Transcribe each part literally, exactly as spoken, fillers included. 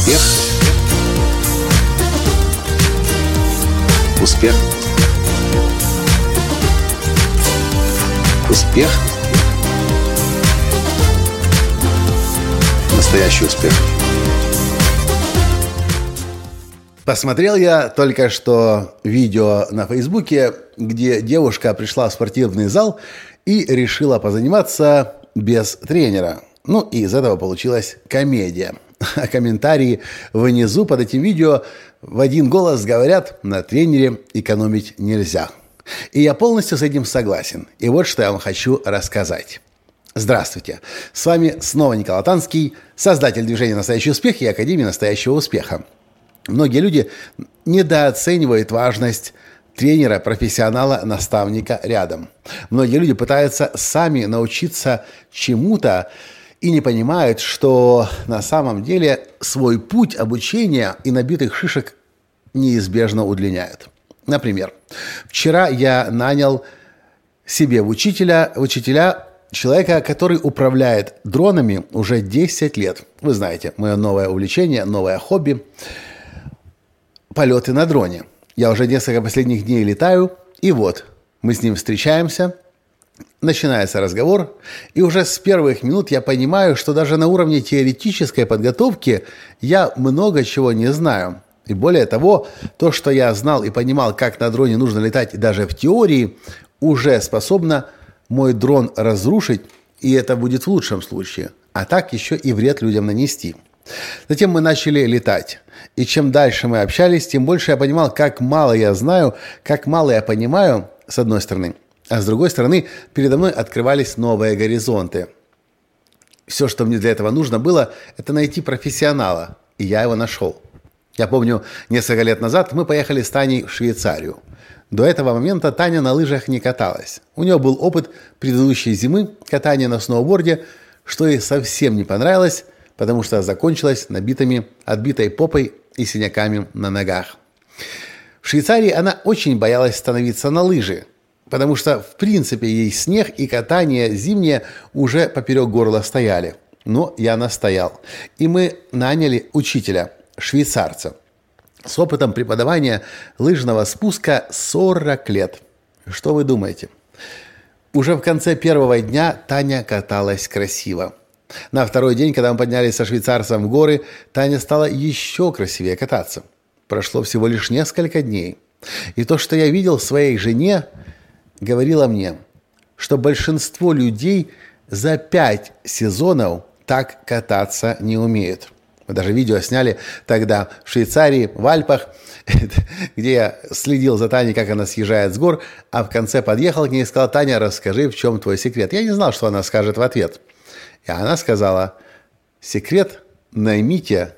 Успех. Успех. Успех. Настоящий успех. Посмотрел я только что видео на Фейсбуке, где девушка пришла в спортивный зал и решила позаниматься без тренера. Ну, и из этого получилась комедия. А комментарии внизу под этим видео в один голос говорят: на тренере экономить нельзя. И я полностью с этим согласен. И вот что я вам хочу рассказать. Здравствуйте. С вами снова Николай Танский, создатель движения «Настоящий успех» и Академии настоящего успеха. Многие люди недооценивают важность тренера, профессионала, наставника рядом. Многие люди пытаются сами научиться чему-то и не понимают, что на самом деле свой путь обучения и набитых шишек неизбежно удлиняют. Например, вчера я нанял себе в учителя, в учителя человека, который управляет дронами уже десять лет. Вы знаете, мое новое увлечение, новое хобби – полеты на дроне. Я уже несколько последних дней летаю, и вот мы с ним встречаемся, начинается разговор, и уже с первых минут я понимаю, что даже на уровне теоретической подготовки я много чего не знаю. И более того, то, что я знал и понимал, как на дроне нужно летать даже в теории, уже способно мой дрон разрушить, и это будет в лучшем случае, а так еще и вред людям нанести. Затем мы начали летать. И чем дальше мы общались, тем больше я понимал, как мало я знаю, как мало я понимаю, с одной стороны. А с другой стороны, передо мной открывались новые горизонты. Все, что мне для этого нужно было, это найти профессионала. И я его нашел. Я помню, несколько лет назад мы поехали с Таней в Швейцарию. До этого момента Таня на лыжах не каталась. У нее был опыт предыдущей зимы катания на сноуборде, что ей совсем не понравилось, потому что закончилась набитыми, отбитой попой и синяками на ногах. В Швейцарии она очень боялась становиться на лыжи, потому что, в принципе, ей снег и катание зимнее уже поперек горла стояли. Но я настоял. И мы наняли учителя, швейцарца, с опытом преподавания лыжного спуска сорок лет. Что вы думаете? Уже в конце первого дня Таня каталась красиво. На второй день, когда мы поднялись со швейцарцем в горы, Таня стала еще красивее кататься. Прошло всего лишь несколько дней. И то, что я видел в своей жене, говорило мне, что большинство людей за пять сезонов так кататься не умеют. Мы даже видео сняли тогда в Швейцарии, в Альпах, где я следил за Таней, как она съезжает с гор, а в конце подъехал к ней и сказал: «Таня, расскажи, в чем твой секрет?» Я не знал, что она скажет в ответ. И она сказала: секрет – наймите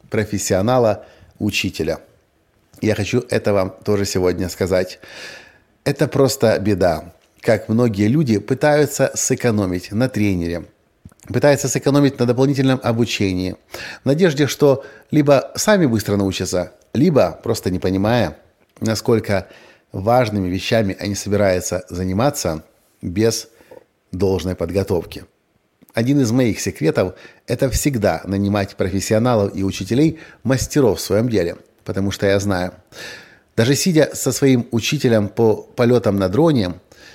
профессионала-учителя. Я хочу это вам тоже сегодня сказать. Это просто беда, как многие люди пытаются сэкономить на тренере, пытаются сэкономить на дополнительном обучении, в надежде, что либо сами быстро научатся, либо, просто не понимая, насколько важными вещами они собираются заниматься без должной подготовки. Один из моих секретов – это всегда нанимать профессионалов и учителей, мастеров в своем деле, потому что я знаю, даже сидя со своим учителем по полетам на дроне,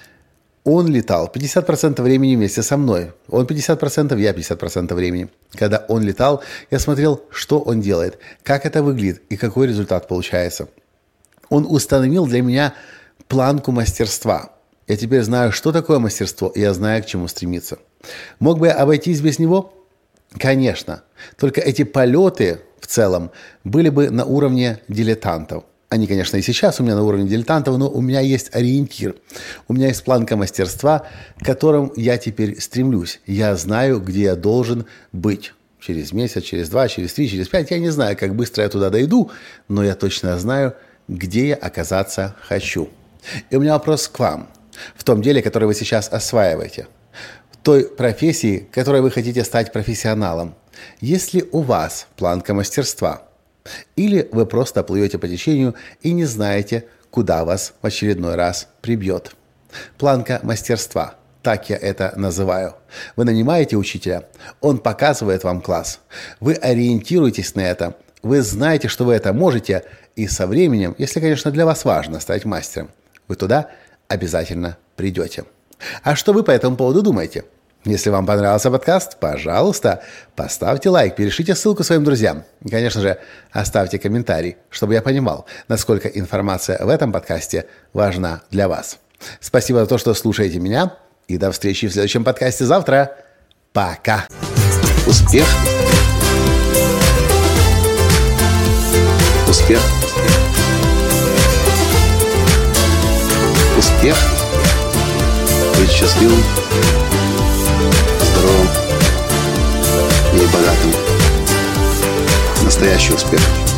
он летал пятьдесят процентов времени вместе со мной. Он пятьдесят процентов, я пятьдесят процентов времени. Когда он летал, я смотрел, что он делает, как это выглядит и какой результат получается. Он установил для меня планку мастерства. Я теперь знаю, что такое мастерство, и я знаю, к чему стремиться. Мог бы я обойтись без него? Конечно. Только эти полеты в целом были бы на уровне дилетантов. Они, конечно, и сейчас у меня на уровне дилетантов, но у меня есть ориентир. У меня есть планка мастерства, к которому я теперь стремлюсь. Я знаю, где я должен быть. Через месяц, через два, через три, через пять. Я не знаю, как быстро я туда дойду, но я точно знаю, где я оказаться хочу. И у меня вопрос к вам. В том деле, которое вы сейчас осваиваете. В той профессии, которой вы хотите стать профессионалом. Есть ли у вас планка мастерства? Или вы просто плывете по течению и не знаете, куда вас в очередной раз прибьет? Планка мастерства. Так я это называю. Вы нанимаете учителя, он показывает вам класс. Вы ориентируетесь на это, Вы знаете, что вы это можете, и со временем, если, конечно, для вас важно стать мастером, вы туда обязательно придете. А что вы по этому поводу думаете? Если вам понравился подкаст, пожалуйста, поставьте лайк, перешлите ссылку своим друзьям. И, конечно же, оставьте комментарий, чтобы я понимал, насколько информация в этом подкасте важна для вас. Спасибо за то, что слушаете меня, и до встречи в следующем подкасте завтра. Пока! Успех! Успех! Успех! Быть счастливым, здоровым и богатым. Настоящий успех.